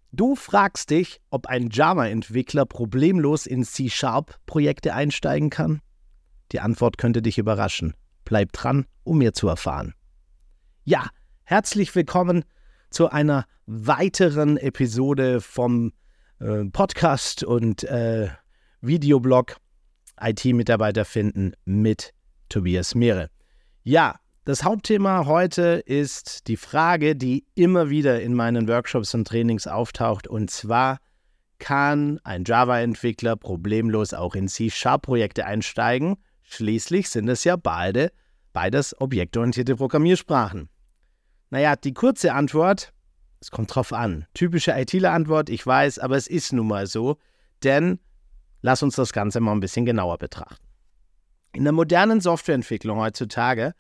Du fragst dich, ob ein Java-Entwickler problemlos in C#-Projekte einsteigen kann? Die Antwort könnte dich überraschen. Bleib dran, um mehr zu erfahren. Ja, herzlich willkommen zu einer weiteren Episode vom Podcast und Videoblog IT-Mitarbeiter finden mit Tobias Mehre. Ja, das Hauptthema heute ist die Frage, die immer wieder in meinen Workshops und Trainings auftaucht, und zwar: Kann ein Java-Entwickler problemlos auch in C#-Projekte einsteigen? Schließlich sind es ja beides objektorientierte Programmiersprachen. Naja, die kurze Antwort: Es kommt drauf an. Typische ITler-Antwort, ich weiß, aber es ist nun mal so, denn lass uns das Ganze mal ein bisschen genauer betrachten. In der modernen Softwareentwicklung heutzutage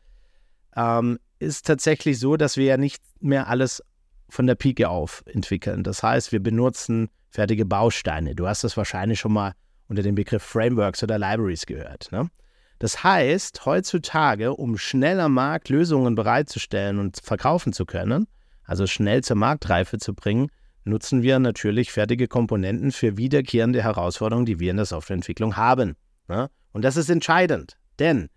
ist tatsächlich so, dass wir ja nicht mehr alles von der Pike auf entwickeln. Das heißt, wir benutzen fertige Bausteine. Du hast das wahrscheinlich schon mal unter dem Begriff Frameworks oder Libraries gehört, ne? Das heißt, heutzutage, um schnell am Markt Lösungen bereitzustellen und verkaufen zu können, also schnell zur Marktreife zu bringen, nutzen wir natürlich fertige Komponenten für wiederkehrende Herausforderungen, die wir in der Softwareentwicklung haben, ne? Und das ist entscheidend, denn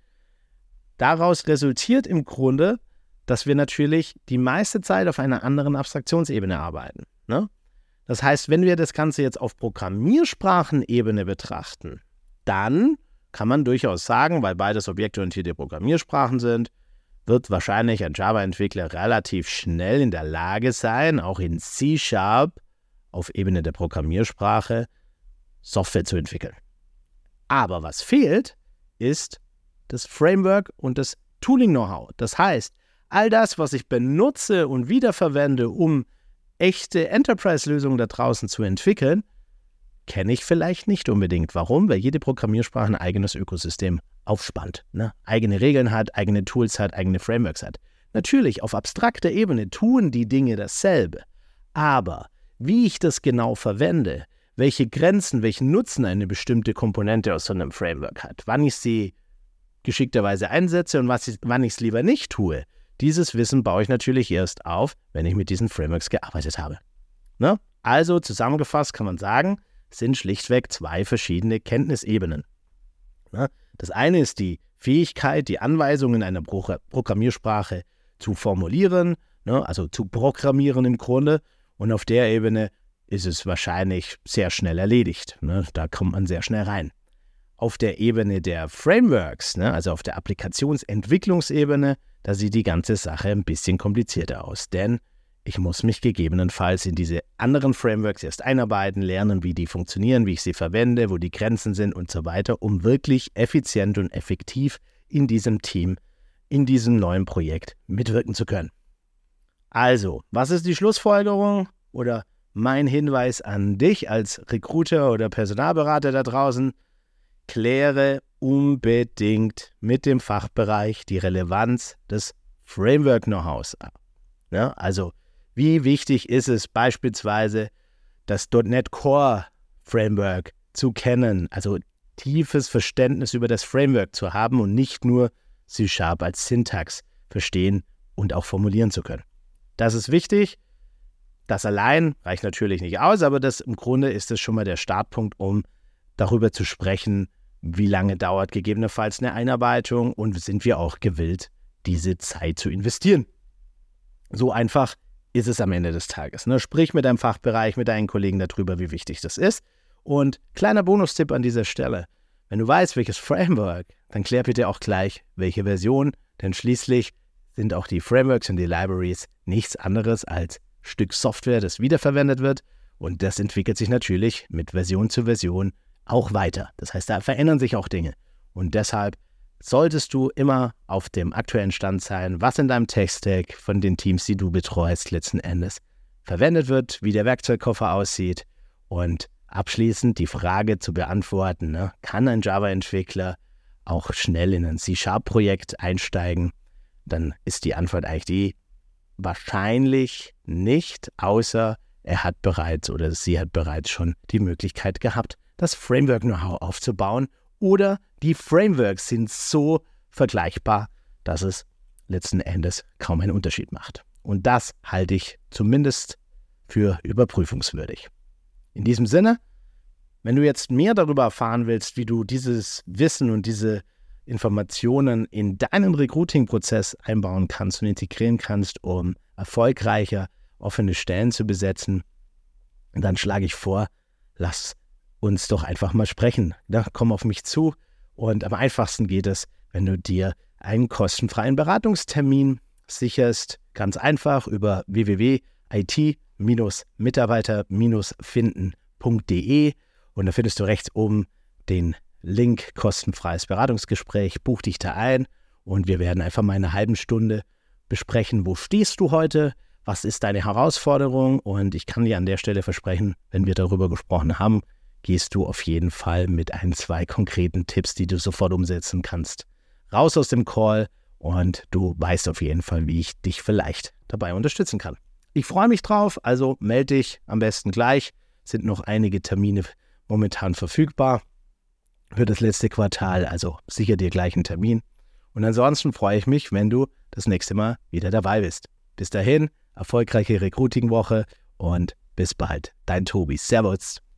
daraus resultiert im Grunde, dass wir natürlich die meiste Zeit auf einer anderen Abstraktionsebene arbeiten, ne? Das heißt, wenn wir das Ganze jetzt auf Programmiersprachenebene betrachten, dann kann man durchaus sagen, weil beides objektorientierte Programmiersprachen sind, wird wahrscheinlich ein Java-Entwickler relativ schnell in der Lage sein, auch in C# auf Ebene der Programmiersprache Software zu entwickeln. Aber was fehlt, ist das Framework und das Tooling-Know-how. Das heißt, all das, was ich benutze und wiederverwende, um echte Enterprise-Lösungen da draußen zu entwickeln, kenne ich vielleicht nicht unbedingt. Warum? Weil jede Programmiersprache ein eigenes Ökosystem aufspannt, ne? Eigene Regeln hat, eigene Tools hat, eigene Frameworks hat. Natürlich, auf abstrakter Ebene tun die Dinge dasselbe. Aber wie ich das genau verwende, welche Grenzen, welchen Nutzen eine bestimmte Komponente aus so einem Framework hat, wann ich sie geschickterweise einsetze und wann ich es lieber nicht tue, dieses Wissen baue ich natürlich erst auf, wenn ich mit diesen Frameworks gearbeitet habe, ne? Also zusammengefasst kann man sagen, es sind schlichtweg zwei verschiedene Kenntnisebenen, ne? Das eine ist die Fähigkeit, die Anweisungen in einer Programmiersprache zu formulieren, ne? Also zu programmieren im Grunde, und auf der Ebene ist es wahrscheinlich sehr schnell erledigt, ne? Da kommt man sehr schnell rein. Auf der Ebene der Frameworks, ne, also auf der Applikationsentwicklungsebene, da sieht die ganze Sache ein bisschen komplizierter aus, denn ich muss mich gegebenenfalls in diese anderen Frameworks erst einarbeiten, lernen, wie die funktionieren, wie ich sie verwende, wo die Grenzen sind und so weiter, um wirklich effizient und effektiv in diesem Team, in diesem neuen Projekt mitwirken zu können. Also, was ist die Schlussfolgerung oder mein Hinweis an dich als Recruiter oder Personalberater da draußen? Kläre unbedingt mit dem Fachbereich die Relevanz des Framework-Know-hows ab. Ja, also, wie wichtig ist es beispielsweise, das .NET Core Framework zu kennen, also tiefes Verständnis über das Framework zu haben und nicht nur C# als Syntax verstehen und auch formulieren zu können. Das ist wichtig. Das allein reicht natürlich nicht aus, aber das im Grunde ist es schon mal der Startpunkt, um darüber zu sprechen, wie lange dauert gegebenenfalls eine Einarbeitung und sind wir auch gewillt, diese Zeit zu investieren. So einfach ist es am Ende des Tages, ne? Sprich mit deinem Fachbereich, mit deinen Kollegen darüber, wie wichtig das ist. Und kleiner Bonustipp an dieser Stelle: Wenn du weißt, welches Framework, dann klär bitte auch gleich, welche Version, denn schließlich sind auch die Frameworks und die Libraries nichts anderes als Stück Software, das wiederverwendet wird, und das entwickelt sich natürlich mit Version zu Version auch weiter. Das heißt, da verändern sich auch Dinge, und deshalb solltest du immer auf dem aktuellen Stand sein, was in deinem Tech-Stack von den Teams, die du betreust, letzten Endes verwendet wird, wie der Werkzeugkoffer aussieht, und abschließend die Frage zu beantworten, ne? Kann ein Java-Entwickler auch schnell in ein C#-Projekt einsteigen? Dann ist die Antwort eigentlich die: wahrscheinlich nicht, außer er hat bereits oder sie hat bereits schon die Möglichkeit gehabt, das Framework-Know-how aufzubauen, oder die Frameworks sind so vergleichbar, dass es letzten Endes kaum einen Unterschied macht. Und das halte ich zumindest für überprüfungswürdig. In diesem Sinne, wenn du jetzt mehr darüber erfahren willst, wie du dieses Wissen und diese Informationen in deinen Recruiting-Prozess einbauen kannst und integrieren kannst, um erfolgreicher offene Stellen zu besetzen, dann schlage ich vor, lass uns doch einfach mal sprechen. Ja, komm auf mich zu und am einfachsten geht es, wenn du dir einen kostenfreien Beratungstermin sicherst. Ganz einfach über www.it-mitarbeiter-finden.de und da findest du rechts oben den Link kostenfreies Beratungsgespräch. Buch dich da ein und wir werden einfach mal in einer halben Stunde besprechen, wo stehst du heute, was ist deine Herausforderung und ich kann dir an der Stelle versprechen, wenn wir darüber gesprochen haben, gehst du auf jeden Fall mit 1-2 konkreten Tipps, die du sofort umsetzen kannst, raus aus dem Call und du weißt auf jeden Fall, wie ich dich vielleicht dabei unterstützen kann. Ich freue mich drauf, also melde dich am besten gleich. Sind noch einige Termine momentan verfügbar für das letzte Quartal, also sicher dir gleich einen Termin. Und ansonsten freue ich mich, wenn du das nächste Mal wieder dabei bist. Bis dahin, erfolgreiche Recruiting-Woche und bis bald. Dein Tobi. Servus.